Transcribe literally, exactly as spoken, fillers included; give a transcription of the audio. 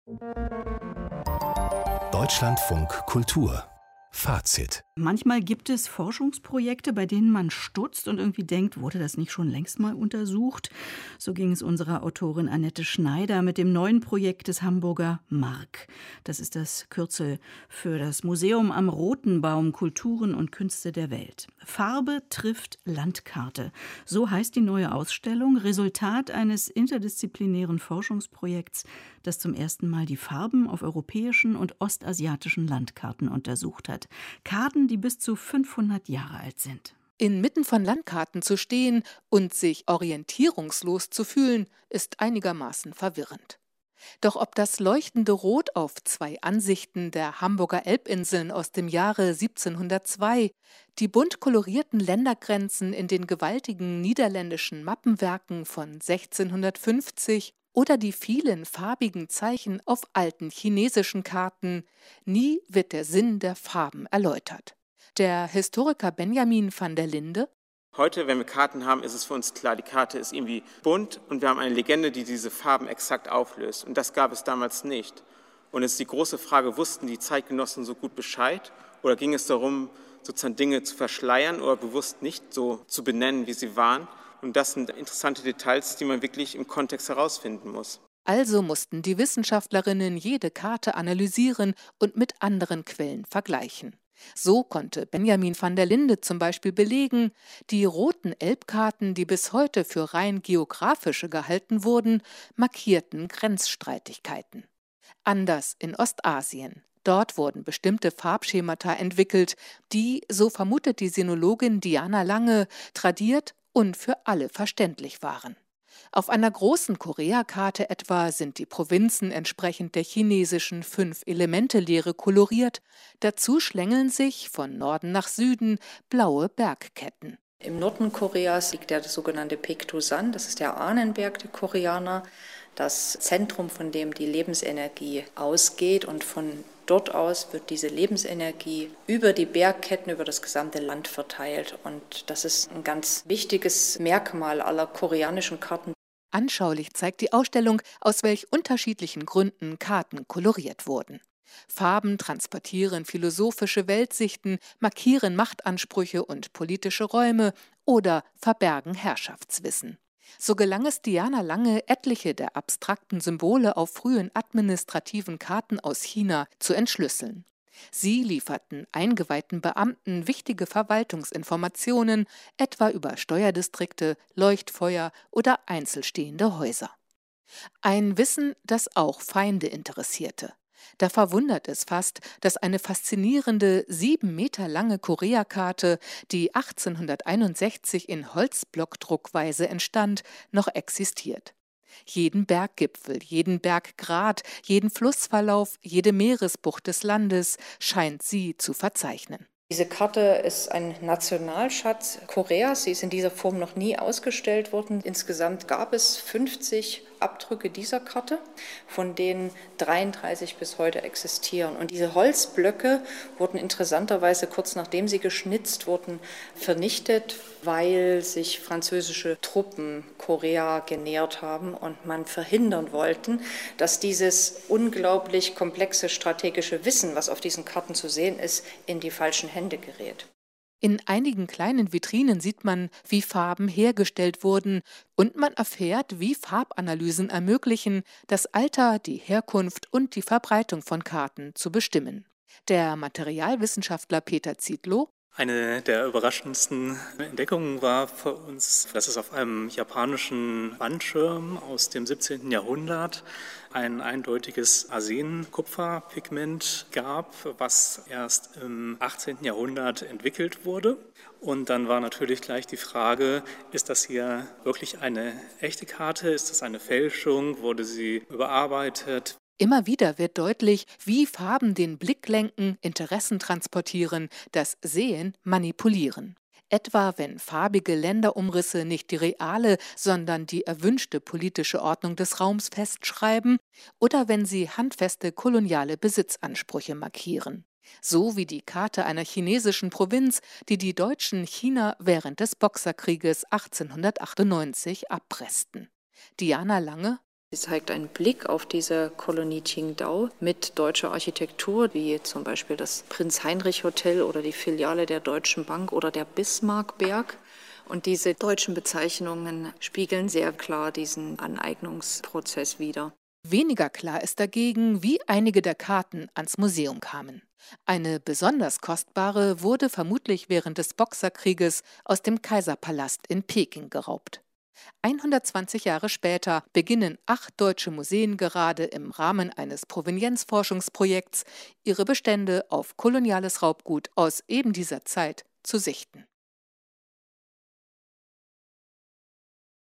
Deutschlandfunk Kultur Fazit. Manchmal gibt es Forschungsprojekte, bei denen man stutzt und irgendwie denkt, wurde das nicht schon längst mal untersucht? So ging es unserer Autorin Annette Schneider mit dem neuen Projekt des Hamburger MARK. Das ist das Kürzel für das Museum am Roten Baum Kulturen und Künste der Welt. Farbe trifft Landkarte. So heißt die neue Ausstellung, Resultat eines interdisziplinären Forschungsprojekts, das zum ersten Mal die Farben auf europäischen und ostasiatischen Landkarten untersucht hat. Karten, die bis zu fünfhundert Jahre alt sind. Inmitten von Landkarten zu stehen und sich orientierungslos zu fühlen, ist einigermaßen verwirrend. Doch ob das leuchtende Rot auf zwei Ansichten der Hamburger Elbinseln aus dem Jahre siebzehnhundertzwei, die bunt kolorierten Ländergrenzen in den gewaltigen niederländischen Mappenwerken von sechzehnhundertfünfzig oder die vielen farbigen Zeichen auf alten chinesischen Karten, nie wird der Sinn der Farben erläutert. Der Historiker Benjamin van der Linde: Heute, wenn wir Karten haben, ist es für uns klar, die Karte ist irgendwie bunt und wir haben eine Legende, die diese Farben exakt auflöst. Und das gab es damals nicht. Und es ist die große Frage, wussten die Zeitgenossen so gut Bescheid oder ging es darum, sozusagen Dinge zu verschleiern oder bewusst nicht so zu benennen, wie sie waren? Und das sind interessante Details, die man wirklich im Kontext herausfinden muss. Also mussten die Wissenschaftlerinnen jede Karte analysieren und mit anderen Quellen vergleichen. So konnte Benjamin van der Linde zum Beispiel belegen, die roten Elbkarten, die bis heute für rein geografische gehalten wurden, markierten Grenzstreitigkeiten. Anders in Ostasien. Dort wurden bestimmte Farbschemata entwickelt, die, so vermutet die Sinologin Diana Lange, tradiert und für alle verständlich waren. Auf einer großen Koreakarte etwa sind die Provinzen entsprechend der chinesischen Fünf-Elemente-Lehre koloriert. Dazu schlängeln sich von Norden nach Süden blaue Bergketten. Im Norden Koreas liegt der sogenannte Paektusan, das ist der Ahnenberg der Koreaner, das Zentrum, von dem die Lebensenergie ausgeht, und von dort aus wird diese Lebensenergie über die Bergketten, über das gesamte Land verteilt. Und das ist ein ganz wichtiges Merkmal aller koreanischen Karten. Anschaulich zeigt die Ausstellung, aus welch unterschiedlichen Gründen Karten koloriert wurden. Farben transportieren philosophische Weltsichten, markieren Machtansprüche und politische Räume oder verbergen Herrschaftswissen. So gelang es Diana Lange, etliche der abstrakten Symbole auf frühen administrativen Karten aus China zu entschlüsseln. Sie lieferten eingeweihten Beamten wichtige Verwaltungsinformationen, etwa über Steuerdistrikte, Leuchtfeuer oder einzelstehende Häuser. Ein Wissen, das auch Feinde interessierte. Da verwundert es fast, dass eine faszinierende sieben Meter lange Koreakarte, die achtzehnhunderteinundsechzig in Holzblockdruckweise entstand, noch existiert. Jeden Berggipfel, jeden Berggrat, jeden Flussverlauf, jede Meeresbucht des Landes scheint sie zu verzeichnen. Diese Karte ist ein Nationalschatz Koreas. Sie ist in dieser Form noch nie ausgestellt worden. Insgesamt gab es fünfzig Abdrücke dieser Karte, von denen dreiunddreißig bis heute existieren. Und diese Holzblöcke wurden interessanterweise kurz nachdem sie geschnitzt wurden, vernichtet, weil sich französische Truppen Korea genähert haben und man verhindern wollten, dass dieses unglaublich komplexe strategische Wissen, was auf diesen Karten zu sehen ist, in die falschen Hände gerät. In einigen kleinen Vitrinen sieht man, wie Farben hergestellt wurden, und man erfährt, wie Farbanalysen ermöglichen, das Alter, die Herkunft und die Verbreitung von Karten zu bestimmen. Der Materialwissenschaftler Peter Zietlow: Eine der überraschendsten Entdeckungen war für uns, dass es auf einem japanischen Wandschirm aus dem siebzehnten Jahrhundert ein eindeutiges Arsen-Kupfer-Pigment gab, was erst im achtzehnten Jahrhundert entwickelt wurde. Und dann war natürlich gleich die Frage, ist das hier wirklich eine echte Karte? Ist das eine Fälschung? Wurde sie überarbeitet? Immer wieder wird deutlich, wie Farben den Blick lenken, Interessen transportieren, das Sehen manipulieren. Etwa wenn farbige Länderumrisse nicht die reale, sondern die erwünschte politische Ordnung des Raums festschreiben oder wenn sie handfeste koloniale Besitzansprüche markieren. So wie die Karte einer chinesischen Provinz, die die Deutschen China während des Boxerkrieges achtzehnhundertachtundneunzig abpressten. Diana Lange: Sie zeigt einen Blick auf diese Kolonie Qingdao mit deutscher Architektur, wie zum Beispiel das Prinz-Heinrich-Hotel oder die Filiale der Deutschen Bank oder der Bismarckberg. Und diese deutschen Bezeichnungen spiegeln sehr klar diesen Aneignungsprozess wider. Weniger klar ist dagegen, wie einige der Karten ans Museum kamen. Eine besonders kostbare wurde vermutlich während des Boxerkrieges aus dem Kaiserpalast in Peking geraubt. hundertzwanzig Jahre später beginnen acht deutsche Museen gerade im Rahmen eines Provenienzforschungsprojekts, ihre Bestände auf koloniales Raubgut aus eben dieser Zeit zu sichten.